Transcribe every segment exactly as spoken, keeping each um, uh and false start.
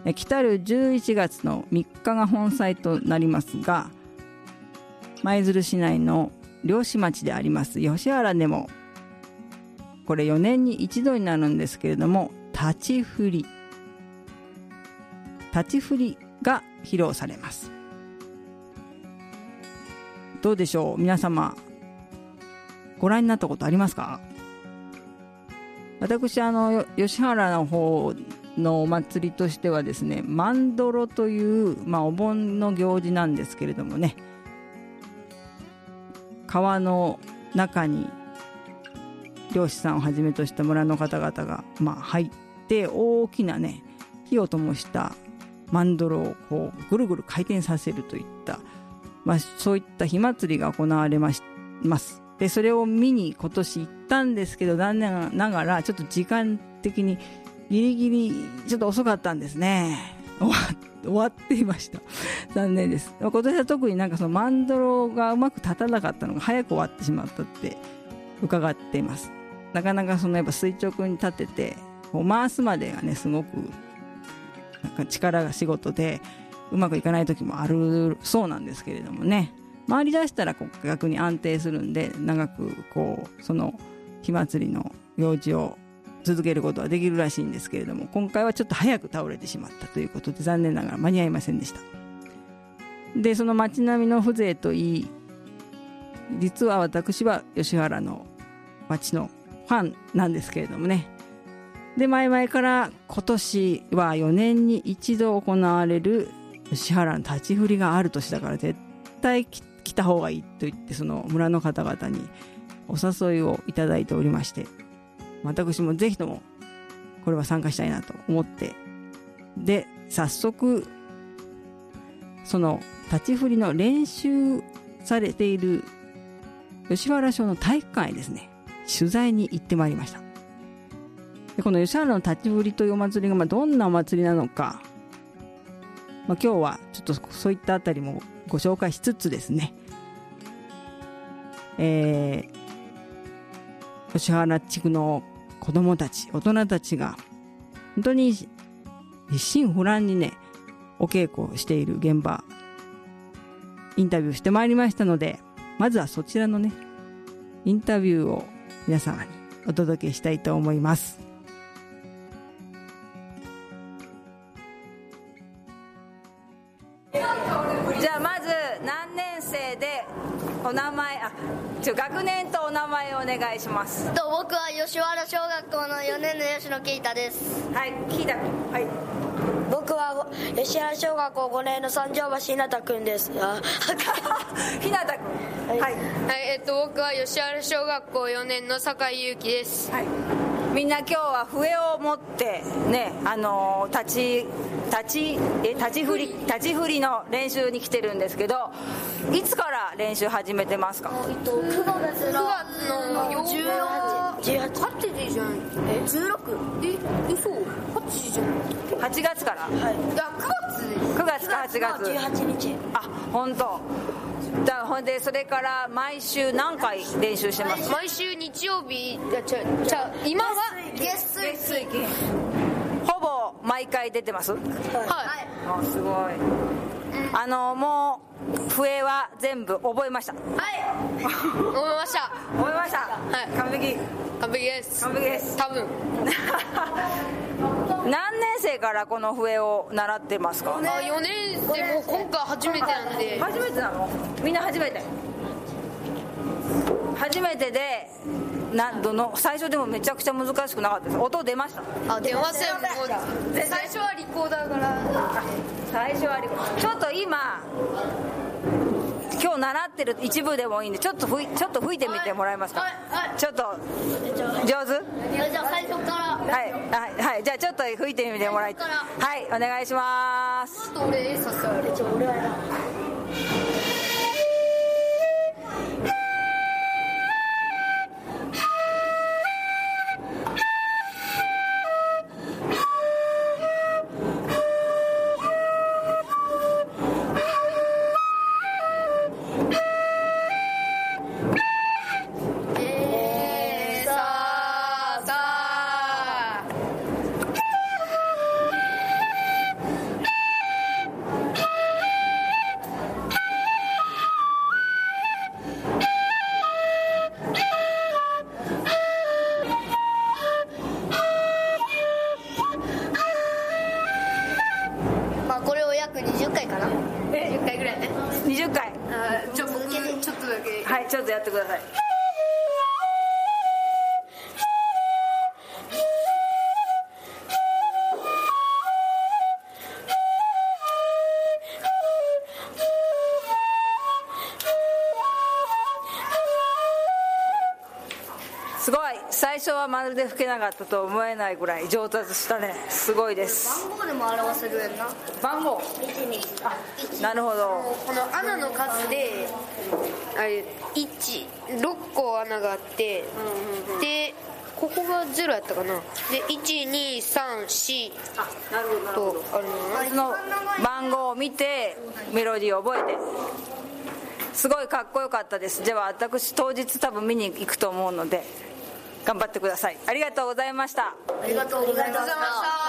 え来るじゅういちがつのみっかが本祭となりますが、舞鶴市内の漁師町であります吉原でもこれよねんに一度になるんですけれども、立ち振り立ち振りが披露されます。どうでしょう、皆様ご覧になったことありますか？私あの吉原の方のお祭りとしてはですね、万泥という、まあ、お盆の行事なんですけれどもね、川の中に漁師さんをはじめとした村の方々が、まあ、入って大きなね火を灯した万泥をこうぐるぐる回転させるといった、まあ、そういった火祭りが行われましますで、それを見に今年行ったんですけど、残念ながらちょっと時間的にギリギリちょっと遅かったんですね。終わ終わっていました。残念です。今年は特になんかその万泥がうまく立たなかったのが早く終わってしまったって伺っています。なかなかそのやっぱ垂直に立ててこう回すまでがねすごくなんか力が仕事でうまくいかない時もあるそうなんですけれどもね、回り出したらこう逆に安定するんで、長くこうその火祭りの行事を続けることはできるらしいんですけれども、今回はちょっと早く倒れてしまったということで残念ながら間に合いませんでした。でその街並みの風情といい、実は私は吉原の街のファンなんですけれどもね、で前々から今年はよねんに一度行われる吉原の立ち振りがある年だから絶対来た方がいいと言って、その村の方々にお誘いをいただいておりまして、私もぜひともこれは参加したいなと思って、で早速その立ち振りの練習されている吉原町の体育館へですね取材に行ってまいりました。でこの吉原の立ち振りというお祭りがまあどんなお祭りなのか、まあ、今日はちょっとそういったあたりもご紹介しつつですね、えー、吉原地区の子どもたち大人たちが本当に一心不乱にねお稽古をしている現場インタビューしてまいりましたので、まずはそちらのねインタビューを皆様にお届けしたいと思います。じゃあまず何年生でお名前、あ、ちょ学年とお名前をお願いします。 と僕は吉原小学校のよねんの吉野圭太です。 はい、圭太君。はい。 僕は吉原小学校ごねんの三条橋ひなたくんです。あひなたくん。はい。はい、 えっと僕は吉原小学校よねんの酒井祐希です。 はい。みんな今日は笛を持ってね、あのー、立ち立ちえ立ち振り立ち振りの練習に来てるんですけど、いつから練習始めてますか？ えっとくがつのじゅうはち、 じゅうはち、 はちじゃん。 えじゅうろく、 え嘘はちじゃん。 はちがつから。 はい。 いやくがつです。 くがつかはちがつ。 じゅうはちにち。 あ、本当。だほんでそれから毎週何回練習してます？ 毎週日曜日、いやちゃちゃ今は月水月水金。ほぼ毎回出てます？はい。 はい。 あ、すごい。あのもう笛は全部覚えました？ はい。覚えました。 覚えました。 はい。 完璧。 完璧です。 完璧です。 多分。 何年生からこの笛を習ってますか？ あ、よねんでもう今回初めてなんで。 初めてなの？みんな初めて。初めてで、なんどの最初でもめちゃくちゃ難しくなかったです。音出ました？ あ、出ません。もう最初はリコーダーから。 最初はリコーダー。ちょっと今今日習ってる一部でもいいんで、ちょっと吹いちょっと吹いてみてもらえますか？ はいはい、 ちょっと上手？ じゃあ最初から。 はいはいはい。じゃあちょっと吹いてみてもらいたい。はい、お願いします。 ちょっと俺させられちゃう。俺はな。 はい、 くにじゅっかいかな。 えじゅっかいぐらいね。 にじゅっかい。 あーちょ僕ちょっとだけ。 はい、ちょっとやってください。すごい、最初はまるで吹けなかったと思えないぐらい上達したね。すごいです。 番号でも表せるやんな。 番号、あ、なるほど。 この穴の数であれいち、ろっこ穴があって、でここがゼロやったかな。でいちにさんよんあ、なるほどなるほど。 とあるのね。 その番号を見てメロディーを覚えて、すごいかっこよかったです。では私当日多分見に行くと思うので頑張ってください。ありがとうございました。 ありがとうございました。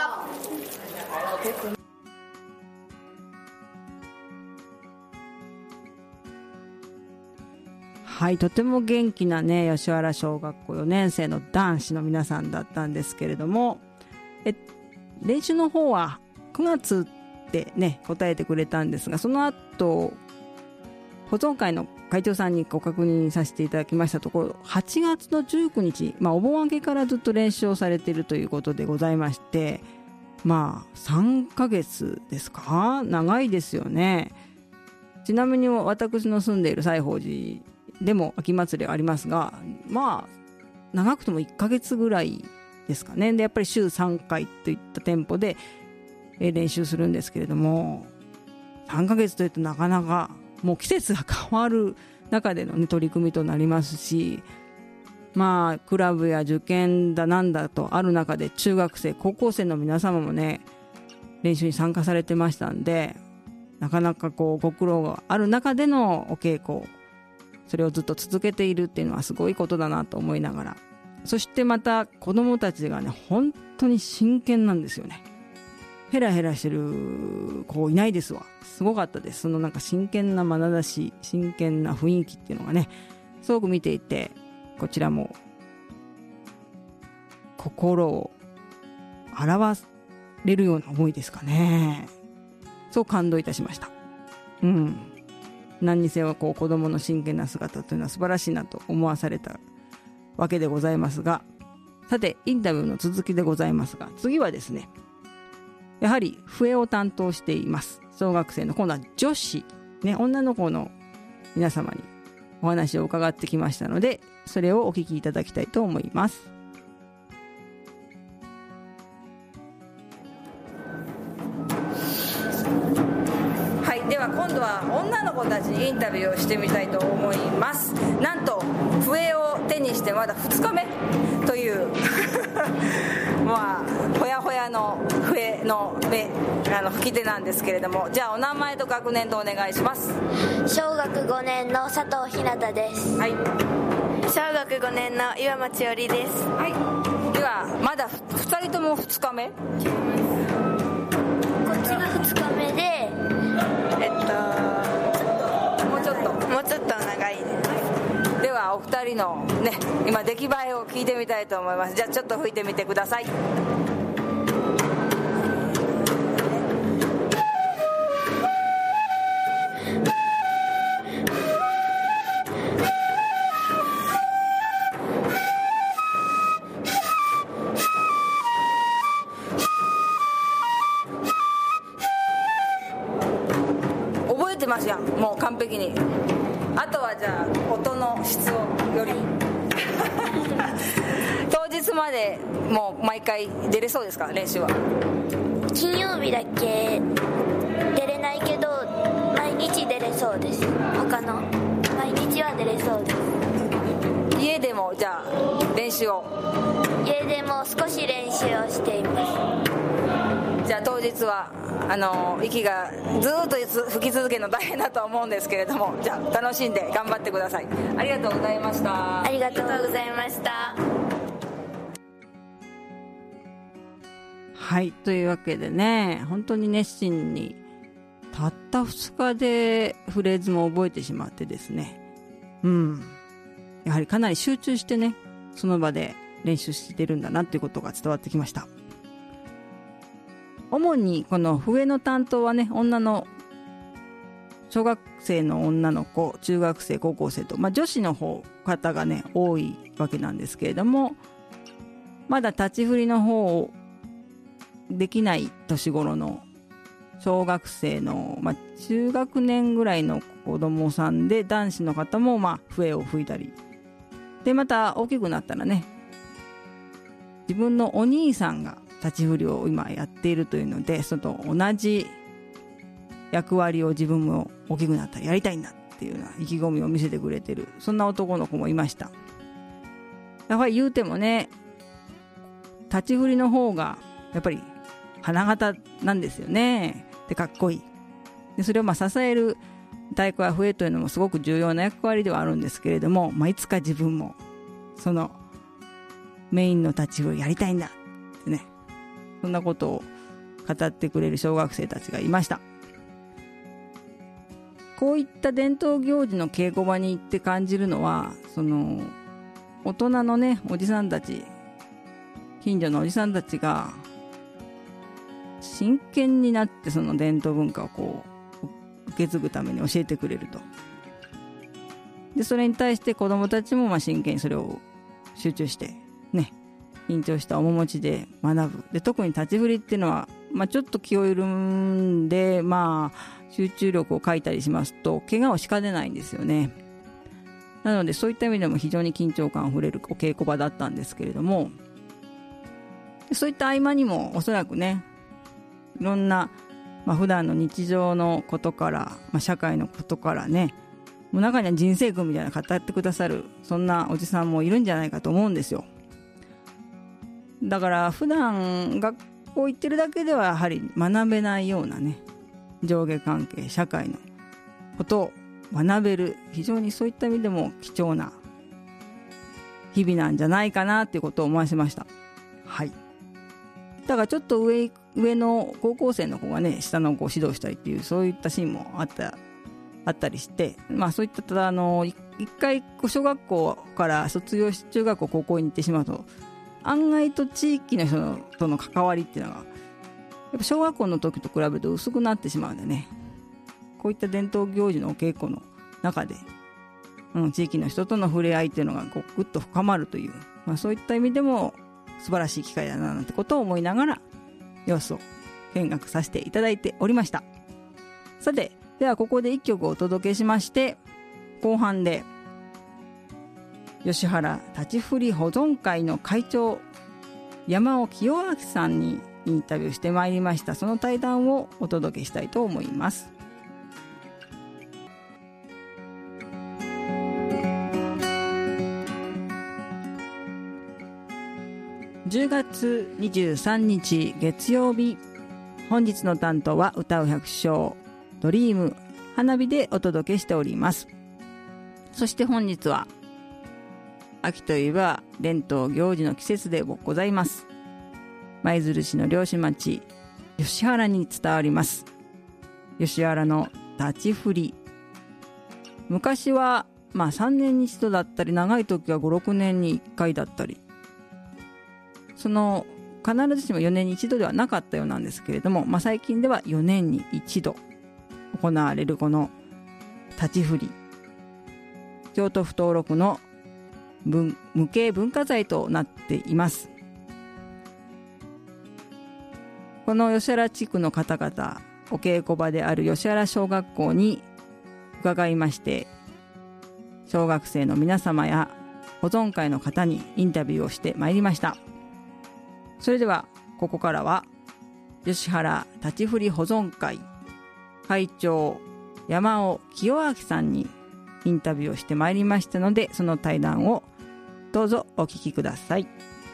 はい、とても元気なね吉原小学校よねん生の男子の皆さんだったんですけれども、え練習の方はくがつってね答えてくれたんですが、その後保存会の会長さんにご確認させていただきましたところ、はちがつのじゅうくにち、まあ、お盆明けからずっと練習をされているということでございまして、まあさんかげつですか、長いですよね。ちなみに私の住んでいる西宝寺でも秋祭りはありますが、まあ長くともいっかげつぐらいですかね。でやっぱり週さんかいといったテンポで練習するんですけれども、さんかげつというとなかなかもう季節が変わる中での、ね、取り組みとなりますし、まあクラブや受験だなんだとある中で中学生高校生の皆様もね練習に参加されてましたんで、なかなかこうご苦労がある中でのお稽古、それをずっと続けているっていうのはすごいことだなと思いながら、そしてまた子どもたちがね本当に真剣なんですよね。ヘラヘラしてる子いないですわ。すごかったです。そのなんか真剣な眼差し、真剣な雰囲気っていうのがねすごく見ていて、こちらも心を表れるような思いですかね。そう感動いたしました。うん、何にせよこう子供の真剣な姿というのは素晴らしいなと思わされたわけでございますが、さてインタビューの続きでございますが、次はですねやはり笛を担当しています小学生の今度は女子、ね、女の子の皆様にお話を伺ってきましたので、それをお聞きいただきたいと思います。はい、では今度は女の子たちにインタビューをしてみたいと思います。なんと笛を手にしてまだふつかめというまあほやほやの笛の目あの吹き手なんですけれども、じゃあお名前と学年とお願いします。 小学ごねんの佐藤ひなたです。 はい。 小学ごねんの岩間千織です。 はい。ではまだふたりともふつかめ？ こっちがふつかめで、えっともうちょっともうちょっと長いです。 ではお二人のね今出来栄えを聞いてみたいと思います。じゃあちょっと吹いてみてください。覚えてますやん、もう完璧に。あとはじゃあ音の質をより当日までもう毎回出れそうですか、練習は。 金曜日だけ出れないけど毎日出れそうです。他の毎日は出れそうです。 家でもじゃあ練習を。 家でも少し練習をしています。 じゃあ当日はあの息がずっと吹き続けるの大変だと思うんですけれども、じゃあ楽しんで頑張ってください。ありがとうございました。 ありがとうございました。 はい、というわけでね、本当に熱心にたったふつかでフレーズも覚えてしまってですね、うんやはりかなり集中してねその場で練習してるんだなっていうことが伝わってきました。 主にこの笛の担当はね、女の小学生の女の子、中学生、高校生と、まあ、女子の方方がね多いわけなんですけれども、まだ立ち振りの方をできない年頃の小学生の、まあ、中学年ぐらいの子供さんで、男子の方もまあ笛を吹いたりで、また大きくなったらね、自分のお兄さんが立ち振りを今やっているというので、その同じ役割を自分も大きくなったらやりたいんだっていうような意気込みを見せてくれてる、そんな男の子もいました。やっぱり言うてもね、立ち振りの方がやっぱり花形なんですよね。でかっこいいで、それをまあ支える太鼓や笛というのもすごく重要な役割ではあるんですけれども、まあ、いつか自分もそのメインの立ち振りをやりたいんだってね、そんなことを語ってくれる小学生たちがいました。こういった伝統行事の稽古場に行って感じるのは、その大人のねおじさんたち、近所のおじさんたちが真剣になってその伝統文化をこう受け継ぐために教えてくれると。でそれに対して子どもたちもまあ真剣にそれを集中してね、緊張した面持ちで学ぶ。で特に立ち振りっていうのは、まあ、ちょっと気を緩んで、まあ、集中力を欠いたりしますと怪我をしかねないんですよね。なのでそういった意味でも非常に緊張感あふれるお稽古場だったんですけれども、そういった合間にもおそらくね、いろんな、まあ、普段の日常のことから、まあ、社会のことからね、もう中には人生訓みたいな語ってくださるそんなおじさんもいるんじゃないかと思うんですよ。だから普段学校行ってるだけではやはり学べないようなね、上下関係、社会のことを学べる、非常にそういった意味でも貴重な日々なんじゃないかなっていうことを思わせました。はい。だからちょっと上上の高校生の子がね、下の子を指導したりっていう、そういったシーンもあったあったりして、まあそういったただあの一回小学校から卒業し中学校高校に行ってしまうと、案外と地域の人との関わりっていうのがやっぱ小学校の時と比べると薄くなってしまうんでね、こういった伝統行事のお稽古の中で、うん、地域の人との触れ合いっていうのがこうぐっと深まるという、まあ、そういった意味でも素晴らしい機会だななんてことを思いながら様子を見学させていただいておりました。さて、ではここで一曲お届けしまして、後半で吉原立ち振り保存会の会長山尾清明さんにインタビューしてまいりました。その対談をお届けしたいと思います。じゅうがつにじゅうさんにち月曜日、本日の担当は歌う百姓ドリーム花火でお届けしております。そして本日は秋といえば伝統行事の季節でございます。舞鶴市の漁師町吉原に伝わります吉原の立ち振り。昔はまあさんねんに一度だったり、長い時はご、ろくねんにいっかいだったり、その必ずしもよねんに一度ではなかったようなんですけれども、まあ、最近ではよねんに一度行われるこの立ち振り、京都府登録の文無形文化財となっています。この吉原地区の方々、お稽古場である吉原小学校に伺いまして、小学生の皆様や保存会の方にインタビューをしてまいりました。それではここからは吉原立ち振り保存会会長山尾清明さんにインタビューをしてまいりましたので、その対談をどうぞお聞きください。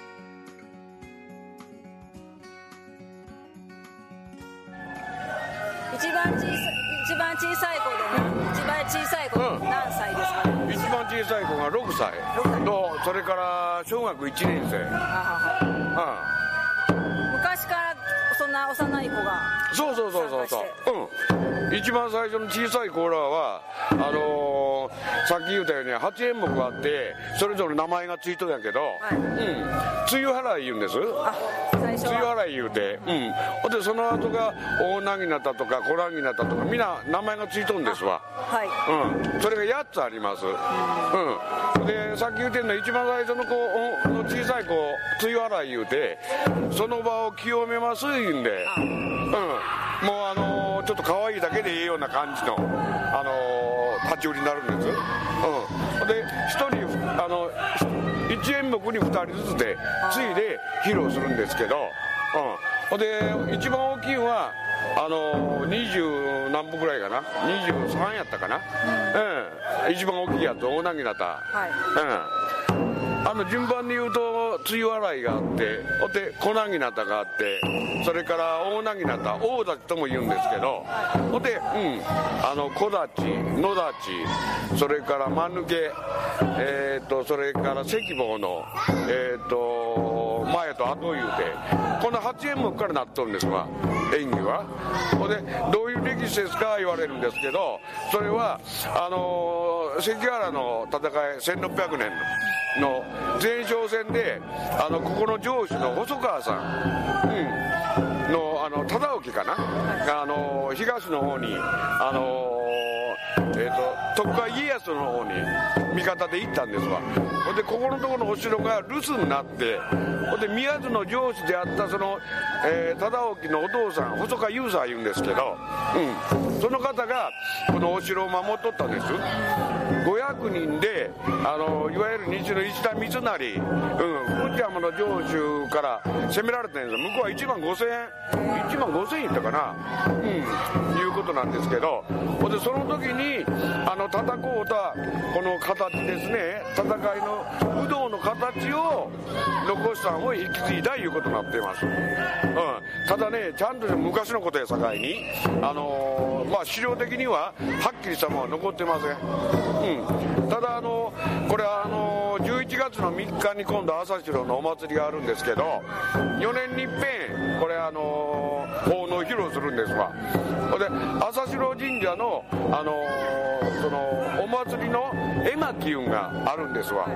一番小さい一番小さい子でな一番小さい子、うん、何歳ですかね。 一番小さい子がろくさいと、それから小学いちねん生。ああ、 昔からそんな幼い子が。 そうそうそうそうそう、うん、一番最初の小さい子らはあのーのー、さっき言ったようにはちえんもくあってそれぞれ名前がついとるんやけど、はい、うん、梅雨払い言うんです。あ、最初は梅雨払い言うて、うん、でその後が大なぎなたとか小なぎなたとかみんな名前がついとるんですわ。はい、うん、それがやっつあります。うん、でさっき言ってんの一番最初の子の小さい子梅雨払い言うてその場を清めます言うんで、うん、もうあのー、ちょっと可愛いだけでいいような感じの、あのー、立ち売りになるんです。うん、でひとりあのいちえんもくにふたりずつでついで披露するんですけど、うん、で一番大きいのはあのにじゅう何本ぐらいかな、にじゅうさんやったかな、うん、一番大きいやつ大なぎなた、はい、うん、あの順番に言うと梅雨洗いがあってほんで小なぎなたがあってそれから大なぎなた大立ちとも言うんですけどほんで、うん、あの小立ち野立ちそれから間抜け、えー、とそれから石棒の、えー、と前と後言うてこのはちえんもくからなっとるんですわ演技は。ほんでどういう歴史ですか言われるんですけどそれはあのー、関ヶ原の戦いせんろっぴゃくねんの前哨戦であのここの城主の細川さん、うん、のあの忠興かながあの東の方にあのえー、と徳川家康の方に味方で行ったんですわ。ほんでここのところのお城が留守になってほんで宮津の城主であったその、えー、忠興のお父さん細川雄さん言うんですけど、うん、その方がこのお城を守っとったんです。ごひゃくにんであのいわゆる西の石田三成、うん、福山の城主から攻められてるんです。向こうはいちまんごせんえんいちまんごせんえんいったかな、うん、いうことなんですけどほんでその時にあの戦うたこの形ですね戦いの武道の形を残したのを引き継いだいうことになっています、うん、ただねちゃんと昔のことや境にあのー、まあ資料的にははっきりしたものは残ってません、うん、ただあのこれはあのじゅういちがつのみっかに今度朝城のお祭りがあるんですけどよねんにいっぺんこれあの奉納披露するんですわ。で朝城神社のあのそのお祭りの絵巻運があるんですわ、うん、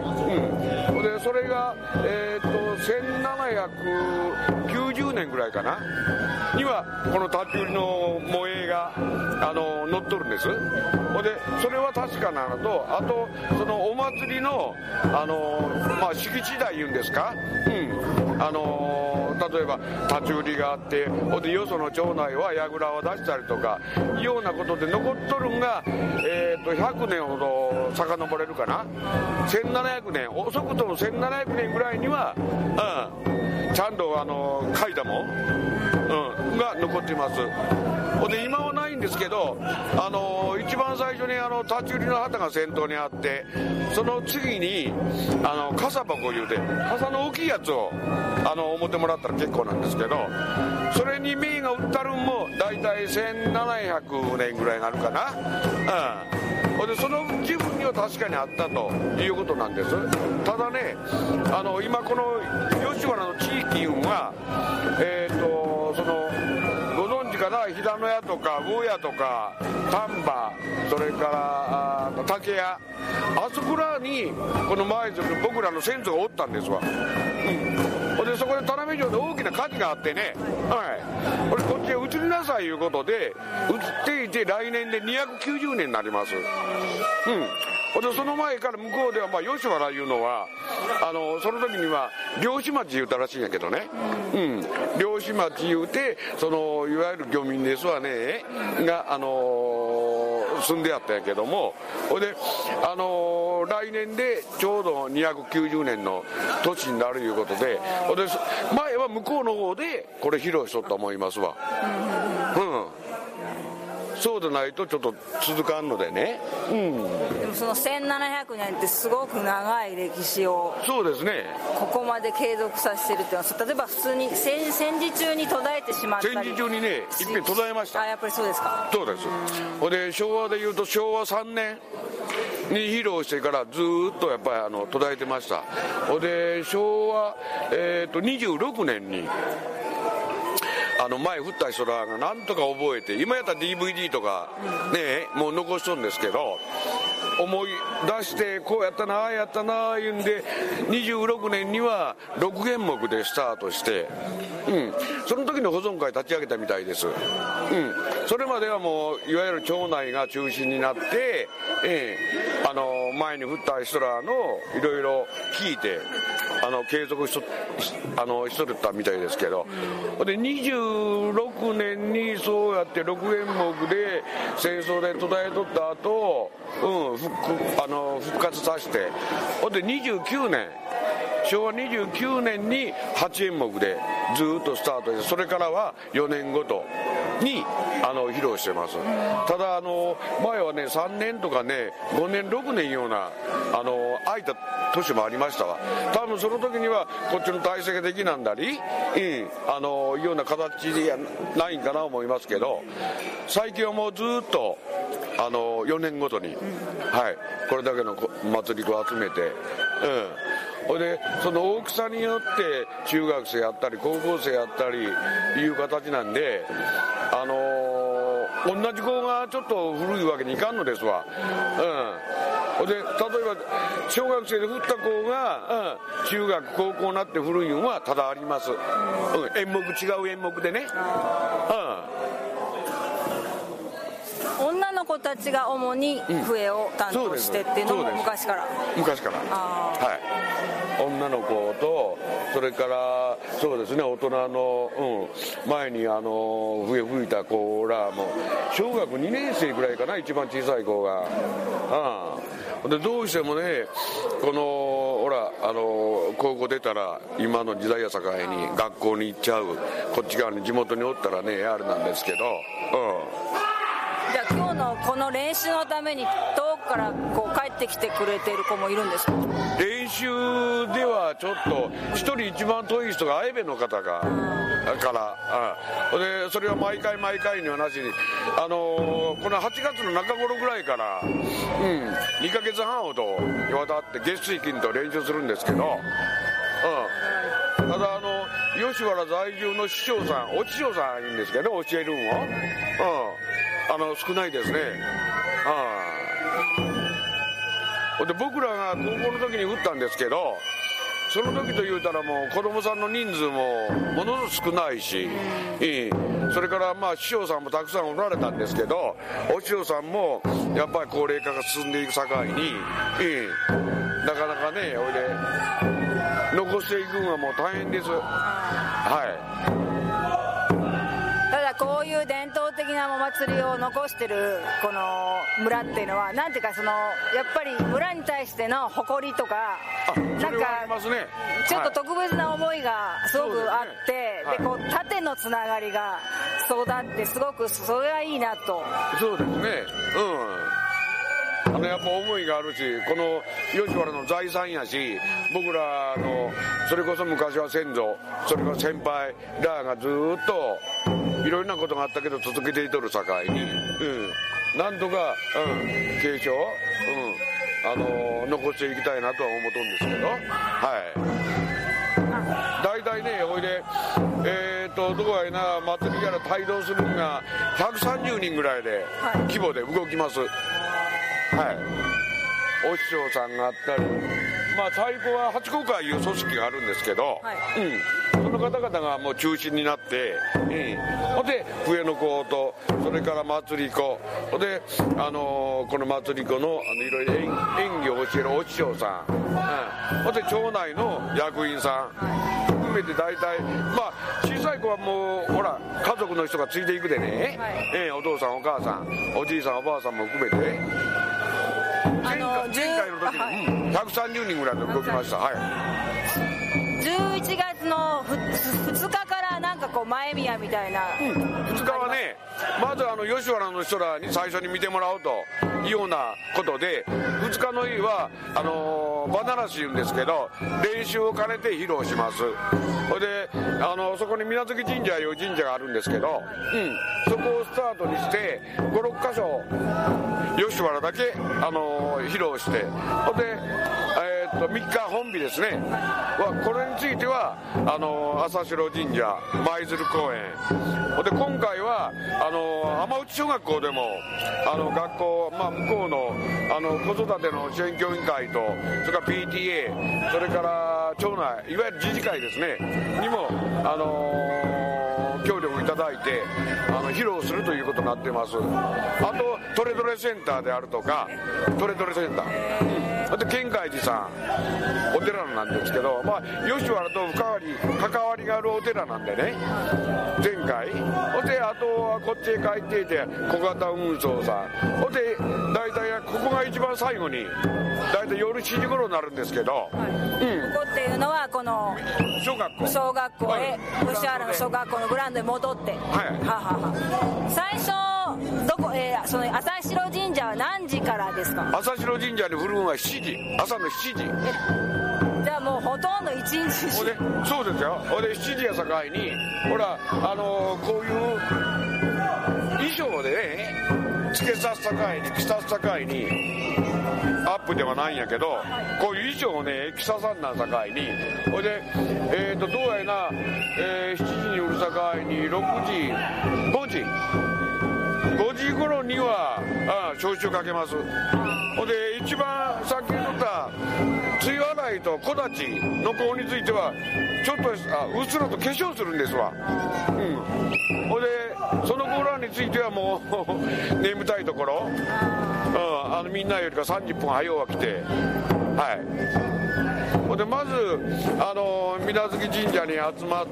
でそれが、えー、とせんななひゃくきゅうじゅうねんぐらいかなにはこの立ち売りの萌えがあの載っとるんです。でそれは確かなのとあとそのお祭りのあの、まあ、敷地代いうんですか、うん、あの例えば立ち売りがあってほんでよその町内は櫓を出したりとかいうようなことで残っとるんが、えー、とひゃくねんほど遡れるかなせんななひゃくねん遅くともせんななひゃくねんぐらいには、うん、ちゃんとあの書いたもん、うん、が残っています。で今はないんですけどあの一番最初にあの立ち売りの旗が先頭にあってその次にあの傘箱いうて傘の大きいやつをあの思ってもらったら結構なんですけどそれに銘が売ったるんも大体せんななひゃくねんぐらいになるかな、うん、でその自分には確かにあったということなんです。ただねあの今この吉原の地域運はえっ、ー、とその飛騨の屋とか魚屋とか丹波それから竹屋あそこらにこの前僕らの先祖がおったんですわ、うん、でそこで田辺城で大きな火事があってね、はい、これこっちへ移りなさいいうことで移っていて来年でにひゃくきゅうじゅうねんになります、うんでその前から向こうでは、まあ、吉原いうのはあのその時には漁師町言うたらしいんやけどね、うん、漁師町言うてそのいわゆる漁民ですわねが、あのー、住んであったんやけどもで、あのー、来年でちょうどにひゃくきゅうじゅうねんの年になるいうことでで前は向こうの方でこれ披露しとったと思いますわ、うんそうでないとちょっと続かんのでね、うん、 でもそのせんななひゃくねんってすごく長い歴史をそうですねここまで継続させてるっていうのは例えば普通に戦, 戦時中に途絶えてしまったり戦時中にねいっぺん途絶えました。 あやっぱりそうですか。 そうです。ほんで昭和でいうとしょうわさんねんに披露してからずっとやっぱりあの途絶えてました。ほんで昭和、えー、とにじゅうろくねんにあの前振った人らがなんとか覚えて、今やったら ディーブイディー とかねもう残しとるんですけど、思い出してこうやったなああやったなあ言うんでにじゅうろくねんにはろくげんもくでスタートして、うん、その時の保存会立ち上げたみたいです、うん、それまではもういわゆる町内が中心になって、えー、あの前に振った人らのいろいろ聞いてあの継続しとあのしとったみたいですけど、でにじゅうろくねんにそうやってろくげんもくで戦争で途絶えとった後、うん、復, あの復活させて、ほんでにじゅうきゅうねんしょうわにじゅうきゅうねんにはちえんもくでずっとスタートして、それからはよねんごとにあの披露してます。ただあの前はねさんねんとかねごねんろくねんようなあの空いた年もありましたわ。多分その時にはこっちの体制ができなんだり、うん、あのいうような形でないんかな思いますけど、最近はもうずっとあのよねんごとに、はい、これだけの祭り子を集めて、うんほいでその大きさによって中学生やったり高校生やったりいう形なんで、あのー、同じ子がちょっと古いわけにいかんのですわ、うん、で例えば小学生で振った子が、うん、中学高校になって古いのはただあります、うん、演目違う演目でね、 うん、女の子たちが主に笛を担当してっていうのも昔から、 昔から、はい、女の子とそれからそうですね大人の、うん、前にあの笛吹いた子らも小学にねん生ぐらいかな、一番小さい子が、うん、でどうしてもねこのほらあの高校出たら今の時代やさかいに学校に行っちゃう、こっち側に地元におったらねあれなんですけど、うんじゃあ今日のこの練習のために遠くからこう帰ってきてくれてる子もいるんですか？ 練習ではちょっと一人一番遠い人が相部の方がから、うん、でそれは毎回毎回にはなしに、あのー、このはちがつの中頃ぐらいから、うん、にかげつはんほどにわたって月水金と練習するんですけど、うん、ただあの吉原在住の師匠さんお師匠さんいいんですけど教えるんを、うんあの少ないですね。ああで僕らが高校の時に打ったんですけど、その時と言うたらもう子供さんの人数もものすごく少ないし、いいそれからまあ師匠さんもたくさんおられたんですけど、お師匠さんもやっぱり高齢化が進んでいく境に、いいなかなかねおいで残していくのはもう大変です。はいただこういう伝統的なお祭りを残してるこの村っていうのはなんていうかそのやっぱり村に対しての誇りとかなんかちょっと特別な思いがすごくあってでこう縦のつながりが育ってすごくそれはいいなと。 そうですね、うんあのやっぱ思いがあるしこの吉原の財産やし僕らのそれこそ昔は先祖それから先輩らがずっといろいろなことがあったけど続けていとる境に、うん、なんとか、うん、継承、うんあのー、残していきたいなとは思うとんですけど、はい大体ねおいでえー、っとどこやな祭りやら帯同するのがひゃくさんじゅうにんぐらいで、はい、規模で動きますはいお師匠さんがあったりまあ太鼓は八甲会いう組織があるんですけど、はいうん、その方々がもう中心になって、うん、ほんで笛の子とそれから祭り子ほんで、あのー、この祭り子のあのいろいろ演技を教えるお師匠さん、うん、ほんで町内の役員さん、はい、含めて大体まあ小さい子はもうほら家族の人がついていくでね、はいえー、お父さんお母さんおじいさんおばあさんも含めて前回の時に、うん、ひゃくさんじゅうにんぐらいで動きました、はい、 じゅういちがつのふつかからなんかこう前宮みたいな、 うん、ふつかはねまずあの吉原の人らに最初に見てもらおうというようなことでふつかの日はあのー、バナラシ言うんですけど練習を兼ねて披露します。それであのそこに水無月神社いう神社があるんですけど、うん、そこをスタートにしてごろっかしょ吉原だけ、あのー、披露してそれで、えー、 みっか本日ですね、これについてはあの朝城神社舞鶴公園で、今回はあの浜内小学校でもあの学校、まあ、向こうのあの子育ての支援協議会と、それから ピーティーエー、 それから町内いわゆる自治会ですねにもあの協力いただいてあの披露するということになっています。あとトレドレセンターであるとか、トレドレセンター、うん、で県会寺さんお寺なんですけど、まあ、吉原と深わり関わりがあるお寺なんでね、前回ほんで、あとはこっちへ帰っていて小型運送さんほんで、大体ここが一番最後に大体夜しちじ頃になるんですけど、はい、 うん、ここっていうのはこの小学校小学校へ、吉原の小学校のグラウンドに戻って、はい、ははは最初どこ、えー、その朝城神社は何時からですか？ 朝城神社に振るのはしちじ、朝のしちじ。 じゃあもうほとんど一日ほでそうですよ。ほでしちじやさかいにほら、あのー、こういう衣装でねつけさせたかいに着させたかいにアップではないんやけど、こういう衣装をね着ささんなさかいにほいで、えー、とどうやな、えー、しちじにうるさかいにろくじごじごじ頃にはあ焼酎かけます。ほんで一番さっき言った梅雨洗いと木立の子についてはちょっとあうっすらと化粧するんですわ。うん、ほんでその子らについてはもう眠たいところ、うん、あのみんなよりかさんじゅっぷん早うは来て、はい。ほんでまずあの水無月神社に集まって、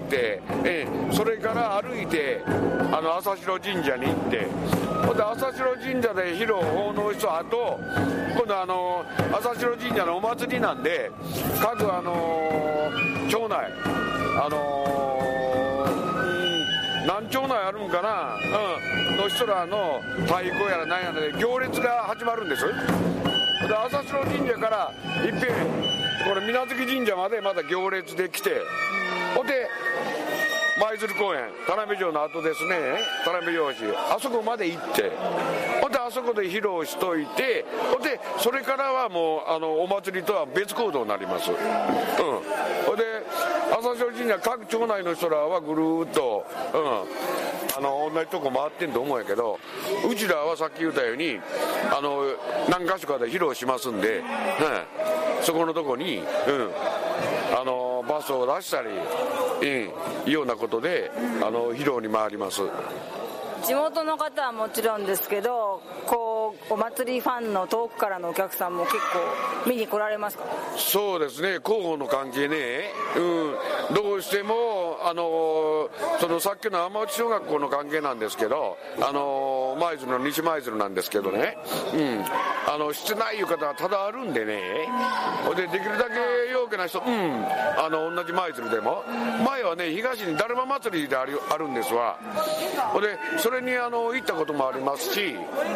えそれから歩いてあの朝城神社に行って、ほんで朝城神社で披露奉納した後、今度あの朝城神社のお祭りなんで各あの町内あのー、何町内あるんかな、うん、の人らの太鼓やら何やらで行列が始まるんです。で朝城神社からいっぺんこれ水無月神社までまだ行列で来て、ほんで舞鶴公園田辺城の後ですね、田辺城市あそこまで行って、ほんであそこで披露しといて、ほんでそれからはもうあのお祭りとは別行動になります。うん、ほんで朝城神社各町内の人らはぐるーっと、うん、あの同じとこ回ってんと思うんやけど、うちらはさっき言ったようにあの何か所かで披露しますんで、うん、そこのとこに、うん、あのバスを出したり、うん、いうようなことであの披露に回ります。 地元の方はもちろんですけど、こうお祭りファンの遠くからのお客さんも結構見に来られますか？そうですね、 広報の関係ね、うん、どうしてもあのそのさっきの浜内小学校の関係なんですけど、あの舞鶴の西舞鶴なんですけどね、うん、あのしてないいう方はただあるんでね、でできるだけ陽気な人、うん、あの同じ舞鶴でも前はね東にだるま祭りである、あるんですわ。でそれにあの行ったこともありますし、うん、い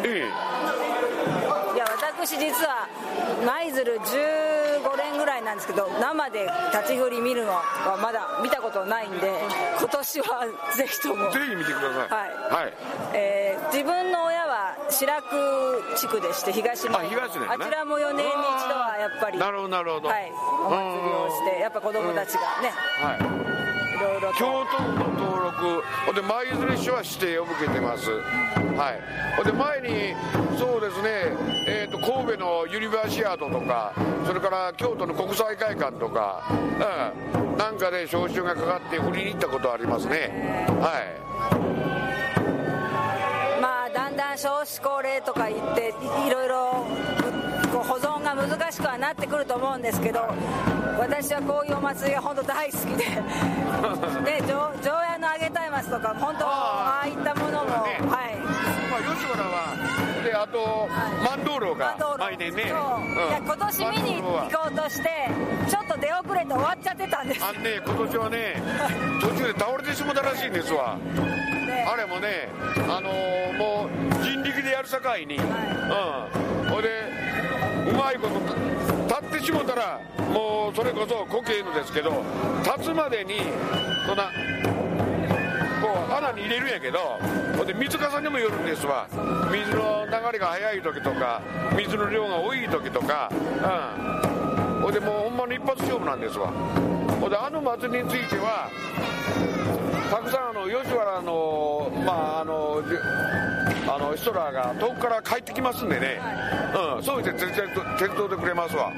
や私実は舞鶴じゅうごねんぐらいなんですけど、生で立ち振り見るのはまだ見たことないんで、今年はぜひともぜひ見てください。はい、はい、 えー、自分の親は白久地区でして、東の あ, 東、ね、あちらもよねんに一度はやっぱりなるほどなるほど、 はい、お祭りをしてやっぱ子供たちがね、はい、いろいろと京都府の登録で舞鶴市は指定を受けてます。はい、で前にそうですね、えー、と神戸のユニバーシアードとか、それから京都の国際会館とか、うん、なんかで招集がかかって振りに行ったことありますね。はい、 まあだんだん少子高齢とか言っていろいろこう保存が難しくはなってくると思うんですけど、私はこういうお祭りが本当大好きでで常夜の揚げたいますとか本当ああいったものも、ね、はい、 まあ、吉原はであと、はい、万灯籠が毎年ね、うん、いや今年見に行こうとしてちょっと出遅れて終わっちゃってたんです。 あんね今年はね途中で倒れてしもたらしいんですわ、ね、あれもね、あのー、もう人力でやるさかいに、はい、うん、ほいでうまいこと立ってしもたらもうそれこそこけるのですけど、立つまでにそんなこう穴に入れるんやけど、ほんで水かさにもよるんですわ。水の流れが速い時とか水の量が多い時とか、うん、 ほいでもうほんまに一発勝負なんですわ。ほいであの祭りについてはたくさんあの吉原のまああのあの人らが遠くから帰ってきますんでね、うん、そう言って手伝ってくれますわ。うん、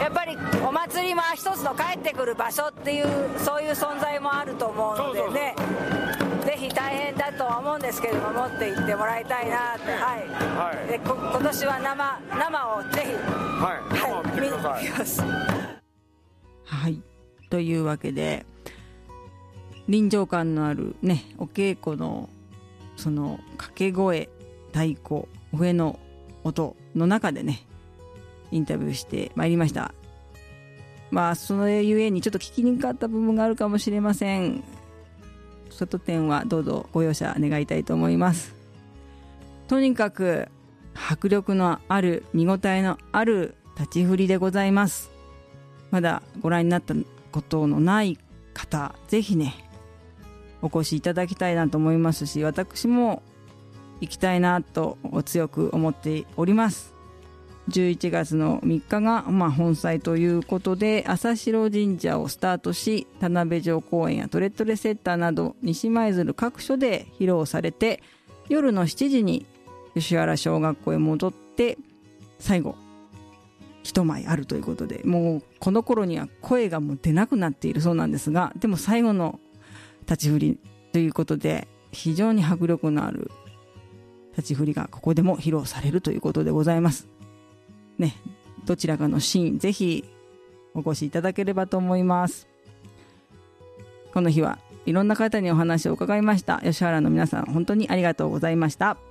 やっぱりお祭りは一つの帰ってくる場所っていうそういう存在もあると思うのでね、ぜひ大変だとは思うんですけれども持って行ってもらいたいなって、はい、はい、でこ今年は生生をぜひ、はい、生を見てください。 はい、というわけで臨場感のあるねお稽古のその掛け声太鼓笛の音の中でねインタビューしてまいりました。まあそのゆえにちょっと聞きにくかった部分があるかもしれません。その点はどうぞご容赦願いたいと思います。とにかく迫力のある見応えのある立ち振りでございます。まだご覧になったことのない方ぜひねお越しいただきたいなと思いますし、私も行きたいなと強く思っております。じゅういちがつのみっかが、まあ、本祭ということで朝代神社をスタートし田辺城公園やトレットレセッターなど西舞鶴各所で披露されて夜のしちじに吉原小学校へ戻って最後一舞あるということで、もうこの頃には声がもう出なくなっているそうなんですが、でも最後の立ち振りということで非常に迫力のある立ち振りがここでも披露されるということでございますね。どちらかのシーンぜひお越しいただければと思います。この日はいろんな方にお話を伺いました。吉原の皆さん本当にありがとうございました。